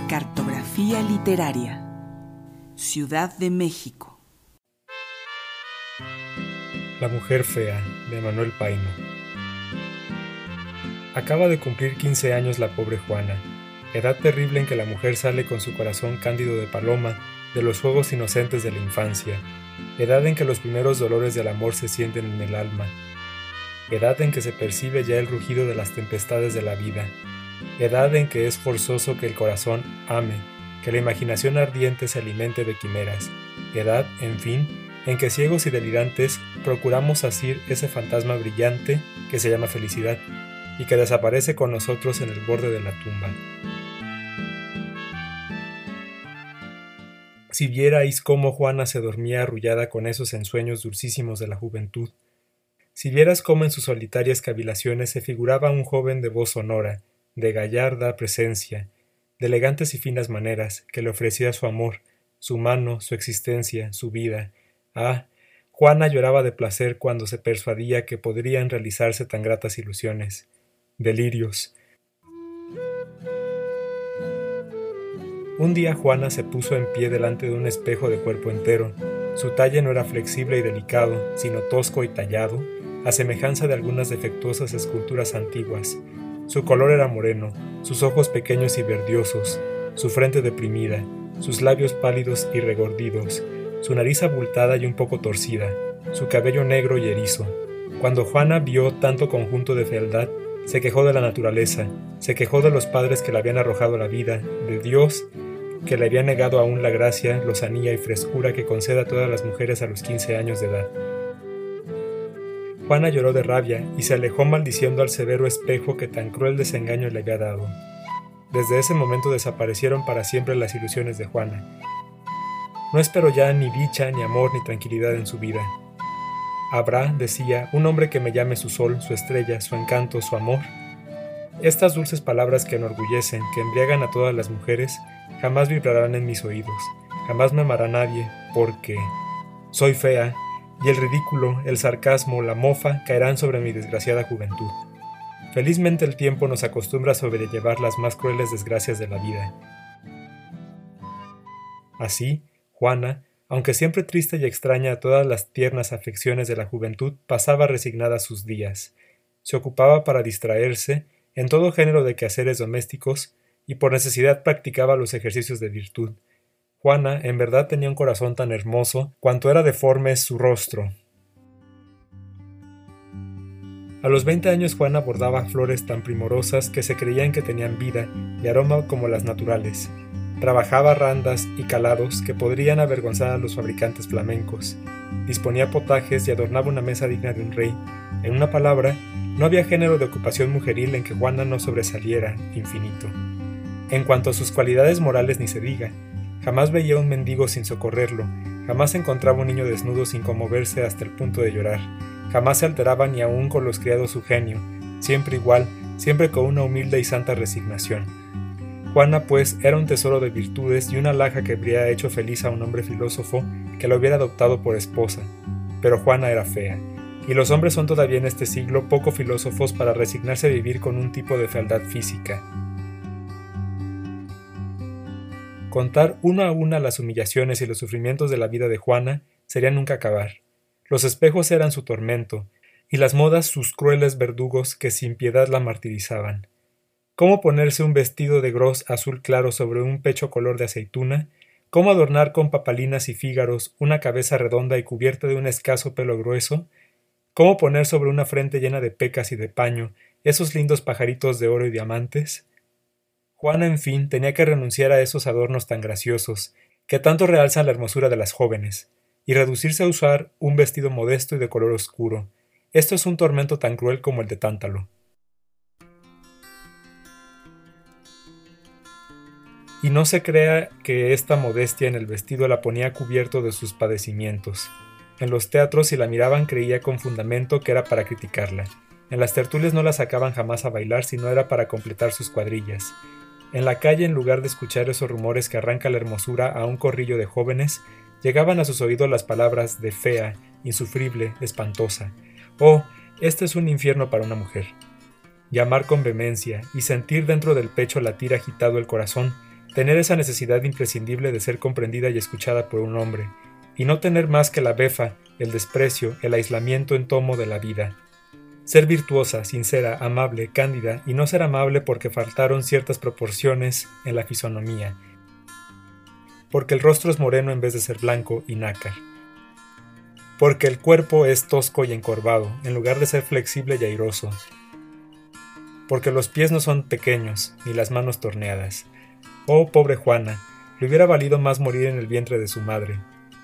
Cartografía literaria. Ciudad de México. La mujer fea, de Manuel Paino. Acaba de cumplir 15 años la pobre Juana, edad terrible en que la mujer sale con su corazón cándido de paloma de los juegos inocentes de la infancia, edad en que los primeros dolores del amor se sienten en el alma, edad en que se percibe ya el rugido de las tempestades de la vida, edad en que es forzoso que el corazón ame, que la imaginación ardiente se alimente de quimeras, edad, en fin, en que ciegos y delirantes procuramos asir ese fantasma brillante que se llama felicidad y que desaparece con nosotros en el borde de la tumba. Si vierais cómo Juana se dormía arrullada con esos ensueños dulcísimos de la juventud, si vieras cómo en sus solitarias cavilaciones se figuraba un joven de voz sonora, de gallarda presencia, de elegantes y finas maneras, que le ofrecía su amor, su mano, su existencia, su vida. Ah, Juana lloraba de placer cuando se persuadía que podrían realizarse tan gratas ilusiones. Delirios. Un día Juana se puso en pie delante de un espejo de cuerpo entero. Su talle no era flexible y delicado, sino tosco y tallado, a semejanza de algunas defectuosas esculturas antiguas. Su color era moreno, sus ojos pequeños y verdiosos, su frente deprimida, sus labios pálidos y regordidos, su nariz abultada y un poco torcida, su cabello negro y erizo. Cuando Juana vio tanto conjunto de fealdad, se quejó de la naturaleza, se quejó de los padres que le habían arrojado la vida, de Dios, que le había negado aún la gracia, lozanía y frescura que concede a todas las mujeres a los 15 años de edad. Juana lloró de rabia y se alejó maldiciendo al severo espejo que tan cruel desengaño le había dado. Desde ese momento desaparecieron para siempre las ilusiones de Juana. No espero ya ni dicha, ni amor, ni tranquilidad en su vida. ¿Habrá, decía, un hombre que me llame su sol, su estrella, su encanto, su amor? Estas dulces palabras que enorgullecen, que embriagan a todas las mujeres, jamás vibrarán en mis oídos, jamás me amará nadie, porque soy fea, y el ridículo, el sarcasmo, la mofa caerán sobre mi desgraciada juventud. Felizmente el tiempo nos acostumbra a sobrellevar las más crueles desgracias de la vida. Así, Juana, aunque siempre triste y extraña a todas las tiernas afecciones de la juventud, pasaba resignada sus días. Se ocupaba para distraerse en todo género de quehaceres domésticos y por necesidad practicaba los ejercicios de virtud. Juana, en verdad, tenía un corazón tan hermoso cuanto era deforme su rostro. A los 20 años Juana bordaba flores tan primorosas que se creían que tenían vida y aroma como las naturales. Trabajaba randas y calados que podrían avergonzar a los fabricantes flamencos. Disponía potajes y adornaba una mesa digna de un rey. En una palabra, no había género de ocupación mujeril en que Juana no sobresaliera infinito. En cuanto a sus cualidades morales ni se diga. Jamás veía un mendigo sin socorrerlo, jamás encontraba un niño desnudo sin conmoverse hasta el punto de llorar, jamás se alteraba ni aun con los criados su genio, siempre igual, siempre con una humilde y santa resignación. Juana, pues, era un tesoro de virtudes y una alhaja que habría hecho feliz a un hombre filósofo que la hubiera adoptado por esposa. Pero Juana era fea, y los hombres son todavía en este siglo poco filósofos para resignarse a vivir con un tipo de fealdad física. Contar una a una las humillaciones y los sufrimientos de la vida de Juana sería nunca acabar. Los espejos eran su tormento, y las modas sus crueles verdugos que sin piedad la martirizaban. ¿Cómo ponerse un vestido de gros azul claro sobre un pecho color de aceituna? ¿Cómo adornar con papalinas y fígaros una cabeza redonda y cubierta de un escaso pelo grueso? ¿Cómo poner sobre una frente llena de pecas y de paño esos lindos pajaritos de oro y diamantes? Juana, en fin, tenía que renunciar a esos adornos tan graciosos, que tanto realzan la hermosura de las jóvenes, y reducirse a usar un vestido modesto y de color oscuro. Esto es un tormento tan cruel como el de Tántalo. Y no se crea que esta modestia en el vestido la ponía cubierto de sus padecimientos. En los teatros, si la miraban, creía con fundamento que era para criticarla. En las tertulias no la sacaban jamás a bailar, sino era para completar sus cuadrillas. En la calle, en lugar de escuchar esos rumores que arranca la hermosura a un corrillo de jóvenes, llegaban a sus oídos las palabras de fea, insufrible, espantosa. Oh, este es un infierno para una mujer. Llamar con vehemencia y sentir dentro del pecho latir agitado el corazón tener esa necesidad imprescindible de ser comprendida y escuchada por un hombre, y no tener más que la befa, el desprecio, el aislamiento en tomo de la vida. Ser virtuosa, sincera, amable, cándida, y no ser amable porque faltaron ciertas proporciones en la fisonomía, porque el rostro es moreno en vez de ser blanco y nácar, porque el cuerpo es tosco y encorvado, en lugar de ser flexible y airoso, porque los pies no son pequeños, ni las manos torneadas. Oh, pobre Juana, le hubiera valido más morir en el vientre de su madre.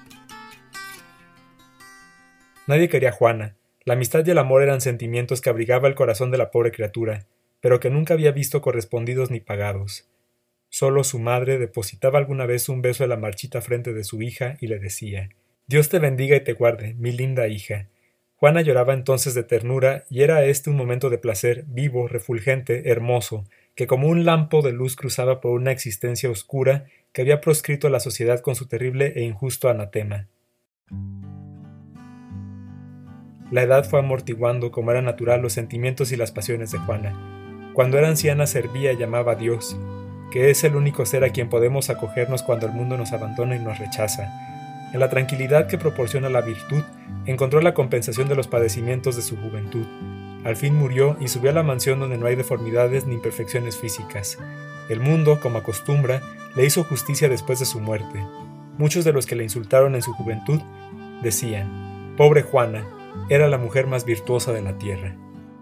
Nadie quería a Juana. La amistad y el amor eran sentimientos que abrigaba el corazón de la pobre criatura, pero que nunca había visto correspondidos ni pagados. Solo su madre depositaba alguna vez un beso en la marchita frente de su hija y le decía: «Dios te bendiga y te guarde, mi linda hija». Juana lloraba entonces de ternura, y era este un momento de placer vivo, refulgente, hermoso, que como un lampo de luz cruzaba por una existencia oscura que había proscrito a la sociedad con su terrible e injusto anatema. La edad fue amortiguando, como era natural, los sentimientos y las pasiones de Juana. Cuando era anciana servía y llamaba a Dios, que es el único ser a quien podemos acogernos cuando el mundo nos abandona y nos rechaza. En la tranquilidad que proporciona la virtud, encontró la compensación de los padecimientos de su juventud. Al fin murió y subió a la mansión donde no hay deformidades ni imperfecciones físicas. El mundo, como acostumbra, le hizo justicia después de su muerte. Muchos de los que le insultaron en su juventud decían: «Pobre Juana, era la mujer más virtuosa de la tierra».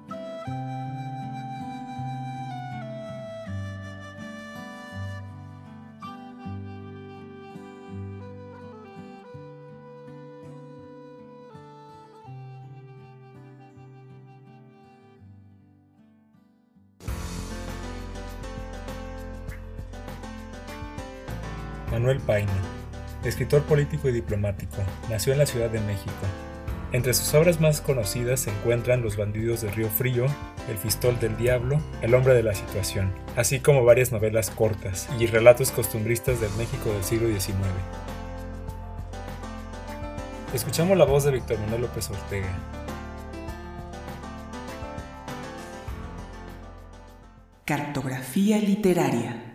Manuel Paine, escritor político y diplomático, nació en la Ciudad de México. Entre sus obras más conocidas se encuentran Los bandidos de Río Frío, El Fistol del Diablo, El hombre de la situación, así como varias novelas cortas y relatos costumbristas del México del siglo XIX. Escuchamos la voz de Víctor Manuel López Ortega. Cartografía literaria.